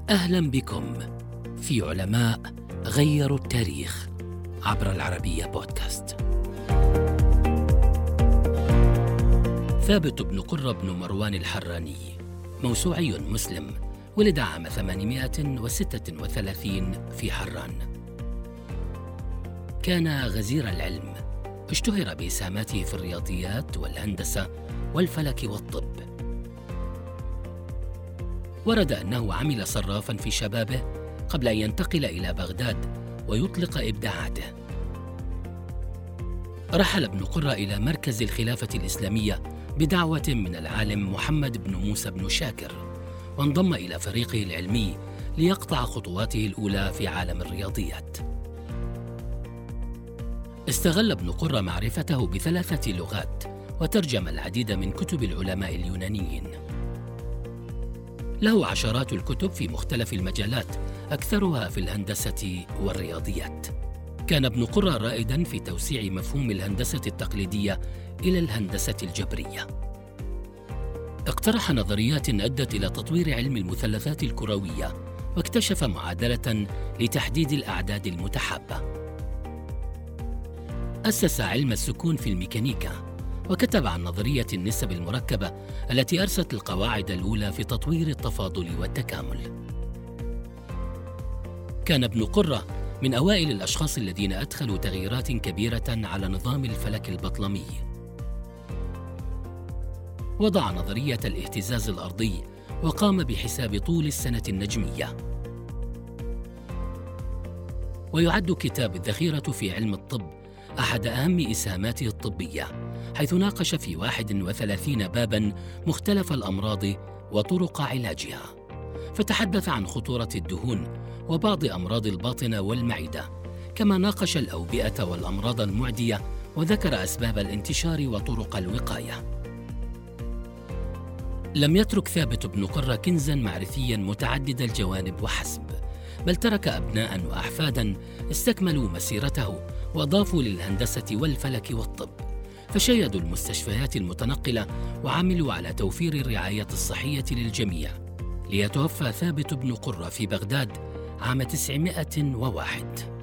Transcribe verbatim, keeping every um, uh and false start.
أهلا بكم في علماء غيروا التاريخ عبر العربية بودكاست. ثابت بن قرة بن مروان الحراني موسوعي مسلم، ولد عام ثمانمائة وستة وثلاثين في حران. كان غزير العلم، اشتهر بإسهاماته في الرياضيات والهندسة والفلك والطب. ورد أنه عمل صرافاً في شبابه قبل أن ينتقل إلى بغداد ويطلق إبداعاته. رحل ابن قرة إلى مركز الخلافة الإسلامية بدعوة من العالم محمد بن موسى بن شاكر، وانضم إلى فريقه العلمي ليقطع خطواته الأولى في عالم الرياضيات. استغل ابن قرة معرفته بثلاثة لغات وترجم العديد من كتب العلماء اليونانيين. له عشرات الكتب في مختلف المجالات، أكثرها في الهندسة والرياضيات. كان ابن قرة رائداً في توسيع مفهوم الهندسة التقليدية إلى الهندسة الجبرية. اقترح نظريات أدت إلى تطوير علم المثلثات الكروية، واكتشف معادلة لتحديد الأعداد المتحابة. أسس علم السكون في الميكانيكا، وكتب عن نظرية النسب المركبة التي أرست القواعد الأولى في تطوير التفاضل والتكامل. كان ابن قرة من أوائل الأشخاص الذين أدخلوا تغييرات كبيرة على نظام الفلك البطلمي. وضع نظرية الاهتزاز الأرضي، وقام بحساب طول السنة النجمية. ويعد كتاب الذخيرة في علم الطب أحد أهم إسهاماته الطبية، حيث ناقش في واحد وثلاثين باباً مختلف الأمراض وطرق علاجها، فتحدث عن خطورة الدهون وبعض أمراض الباطنة والمعدة، كما ناقش الأوبئة والأمراض المعدية، وذكر أسباب الانتشار وطرق الوقاية. لم يترك ثابت بن قرة كنزاً معرفياً متعدد الجوانب وحسب، بل ترك أبناء وأحفاداً استكملوا مسيرته وأضافوا للهندسة والفلك والطب، فشيدوا المستشفيات المتنقلة وعملوا على توفير الرعاية الصحية للجميع، ليتوفى ثابت بن قرة في بغداد عام تسعمائة وواحد.